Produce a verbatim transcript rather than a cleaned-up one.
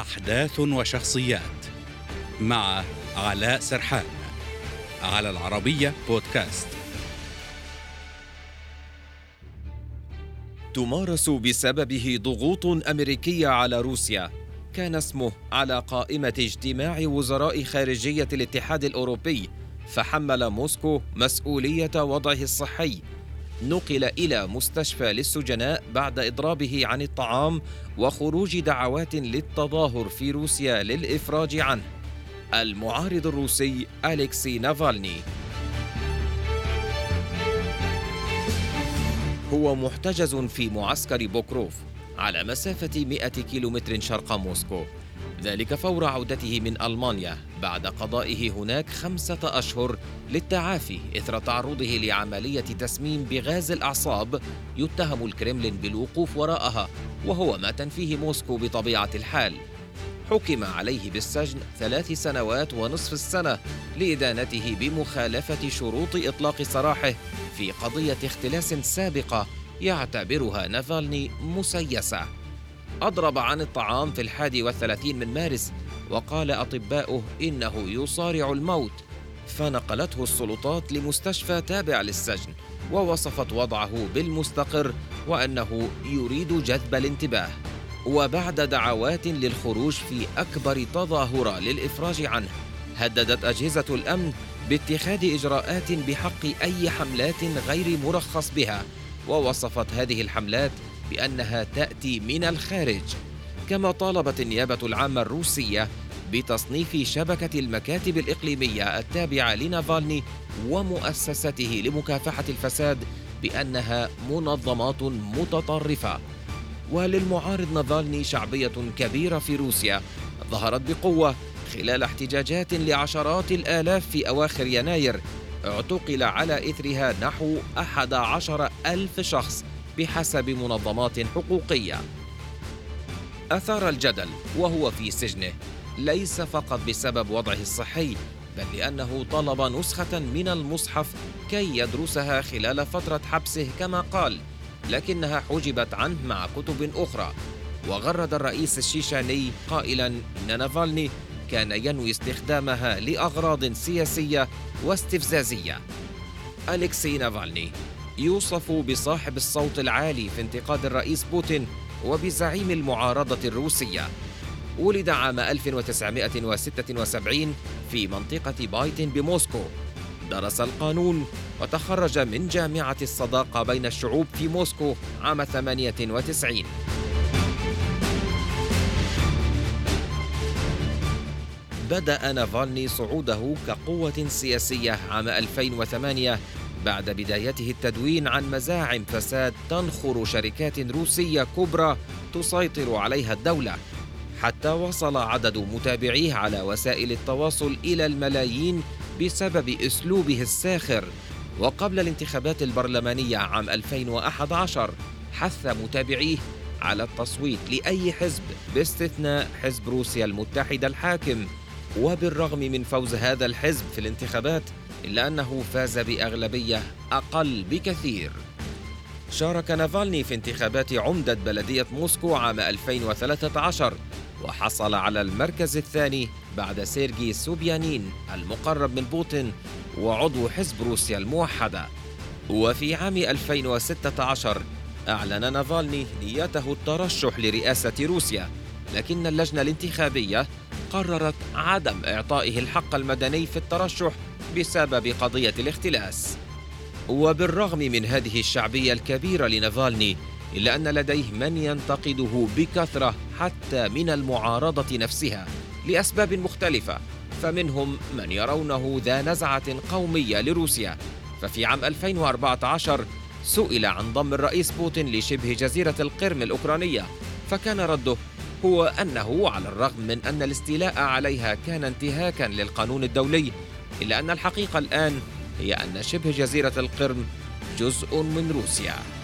أحداث وشخصيات مع علاء سرحان على العربية بودكاست. تمارس بسببه ضغوط أمريكية على روسيا. كان اسمه على قائمة اجتماع وزراء خارجية الاتحاد الأوروبي، فحمل موسكو مسؤولية وضعه الصحي. نقل إلى مستشفى للسجناء بعد إضرابه عن الطعام وخروج دعوات للتظاهر في روسيا للإفراج عنه. المعارض الروسي أليكسي نافالني هو محتجز في معسكر بوكروف على مسافة مئة كيلومتر شرق موسكو، ذلك فور عودته من ألمانيا بعد قضائه هناك خمسة أشهر للتعافي إثر تعرضه لعملية تسميم بغاز الأعصاب يتهم الكرملين بالوقوف وراءها، وهو ما تنفيه موسكو بطبيعة الحال. حكم عليه بالسجن ثلاث سنوات ونصف السنة لإدانته بمخالفة شروط إطلاق سراحه في قضية اختلاس سابقة يعتبرها نافالني مسيسة. أضرب عن الطعام في الحادي والثلاثين من مارس، وقال أطباؤه إنه يصارع الموت، فنقلته السلطات لمستشفى تابع للسجن ووصفت وضعه بالمستقر وأنه يريد جذب الانتباه. وبعد دعوات للخروج في أكبر تظاهرة للإفراج عنه، هددت أجهزة الأمن باتخاذ إجراءات بحق أي حملات غير مرخص بها، ووصفت هذه الحملات بأنها تأتي من الخارج. كما طالبت النيابة العامة الروسية بتصنيف شبكة المكاتب الإقليمية التابعة لنافالني ومؤسسته لمكافحة الفساد بأنها منظمات متطرفة. وللمعارض نافالني شعبية كبيرة في روسيا ظهرت بقوة خلال احتجاجات لعشرات الآلاف في أواخر يناير. اعتقل على إثرها نحو أحد عشر ألف شخص بحسب منظمات حقوقية. أثار الجدل وهو في سجنه ليس فقط بسبب وضعه الصحي، بل لأنه طلب نسخة من المصحف كي يدرسها خلال فترة حبسه كما قال، لكنها حجبت عنه مع كتب أخرى. وغرد الرئيس الشيشاني قائلا إن نافالني كان ينوي استخدامها لأغراض سياسية واستفزازية. أليكسي نافالني يوصف بصاحب الصوت العالي في انتقاد الرئيس بوتين وبزعيم المعارضة الروسية. ولد عام ألف وتسعمئة وستة وسبعين في منطقة بايتن بموسكو. درس القانون وتخرج من جامعة الصداقة بين الشعوب في موسكو عام ثمانية وتسعين. بدأ نافالني صعوده كقوة سياسية عام ألفين وثمانية بعد بدايته التدوين عن مزاعم فساد تنخر شركات روسية كبرى تسيطر عليها الدولة، حتى وصل عدد متابعيه على وسائل التواصل إلى الملايين بسبب أسلوبه الساخر. وقبل الانتخابات البرلمانية عام ألفين وأحد عشر حث متابعيه على التصويت لأي حزب باستثناء حزب روسيا المتحدة الحاكم. وبالرغم من فوز هذا الحزب في الانتخابات إلا أنه فاز بأغلبية أقل بكثير. شارك نافالني في انتخابات عمدة بلدية موسكو عام ألفين وثلاثة عشر وحصل على المركز الثاني بعد سيرجي سوبيانين المقرب من بوتين وعضو حزب روسيا الموحدة. وفي عام ألفين وستة عشر أعلن نافالني نيته الترشح لرئاسة روسيا، لكن اللجنة الانتخابية قررت عدم إعطائه الحق المدني في الترشح بسبب قضية الاختلاس. وبالرغم من هذه الشعبية الكبيرة لنافالني إلا أن لديه من ينتقده بكثرة حتى من المعارضة نفسها لأسباب مختلفة، فمنهم من يرونه ذا نزعة قومية لروسيا. ففي عام ألفين وأربعة عشر سئل عن ضم الرئيس بوتين لشبه جزيرة القرم الأوكرانية، فكان رده هو أنه على الرغم من أن الاستيلاء عليها كان انتهاكا للقانون الدولي، إلا أن الحقيقة الآن هي أن شبه جزيرة القرم جزء من روسيا.